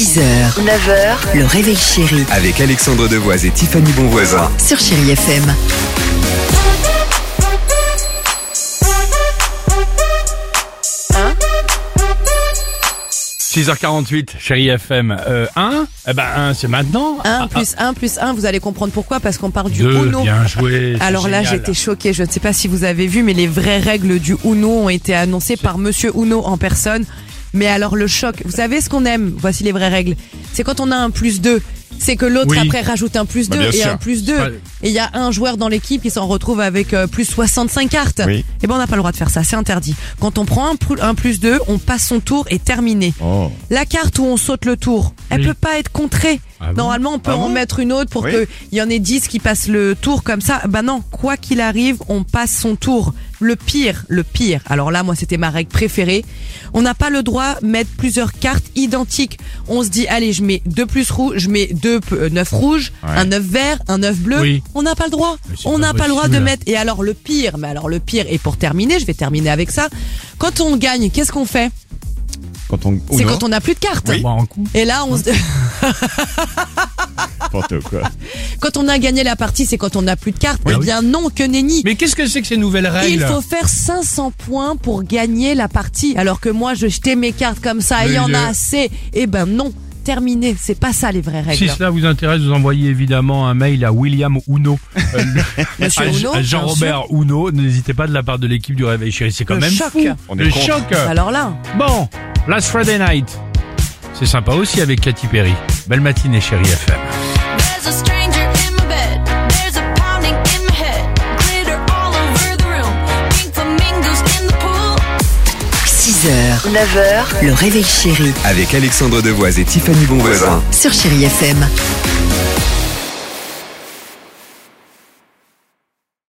6h, 9h, le réveil chéri Avec Alexandre Devoise et Tiffany Bonvoisin. sur Chéri FM. 6h48, Chéri FM. 1 Eh ben 1, c'est maintenant. 1 plus 1, vous allez comprendre pourquoi, parce qu'on parle du 2, Uno. bien joué. c'est Alors là, génial. j'étais choquée. Je ne sais pas si vous avez vu, mais les vraies règles du Uno ont été annoncées par Monsieur Uno en personne. Mais alors le choc, vous savez ce qu'on aime, voici les vraies règles. C'est quand on a un plus 2, c'est que l'autre Oui. après rajoute un plus 2 bien et sûr. un plus 2. pas- Et il y a un joueur dans l'équipe qui s'en retrouve avec plus 65 cartes. Oui. Et ben on n'a pas le droit de faire ça, c'est interdit. Quand on prend un plus 2, on passe son tour et terminé. Oh. La carte où on saute le tour, elle Oui. peut pas être contrée. Ah bon Normalement, on peut Ah en bon mettre une autre pour Oui. qu'il y en ait 10 qui passent le tour comme ça. Bah non, quoi qu'il arrive, on passe son tour. Le pire. Alors là, moi, c'était ma règle préférée. On n'a pas le droit de mettre plusieurs cartes identiques. On se dit, allez, je mets 2 plus rouge, je mets 2 9 rouges, Ouais. un 9 vert, un 9 bleu. Oui. On n'a pas le droit. Mais c'est On pas n'a pas le droit de possible. mettre. Et alors le pire, et pour terminer, je vais terminer avec ça. Quand on gagne, qu'est-ce qu'on fait? Quand on... C'est Uno, quand on n'a plus de cartes. On boit un coup. Et là, on se... n'importe quoi. Quand on a gagné la partie, c'est quand on n'a plus de cartes. Oui. Eh bien non, que nenni. Mais qu'est-ce que c'est que ces nouvelles règles Il faut faire 500 points pour gagner la partie. Alors que moi, je jetais mes cartes comme ça, il y en a assez. Eh ben non, terminé. C'est pas ça les vraies règles. Si cela vous intéresse, vous envoyez évidemment un mail à William Uno. Monsieur Uno, à bien Jean-Robert Uno. N'hésitez pas de la part de l'équipe du Réveil Chéri. C'est quand Le même choc. fou. On est Le contre. choc. Alors là, Bon, Last Friday Night. C'est sympa aussi avec Katy Perry. Belle matinée, Chéri FM. There's a stranger in my bed. There's a pounding in my head. Glitter all over the room. Pink flamingos in the pool. 6h, 9h, le réveil chéri Avec Alexandre Devoise et Tiffany Bonvoisin. sur Chéri FM.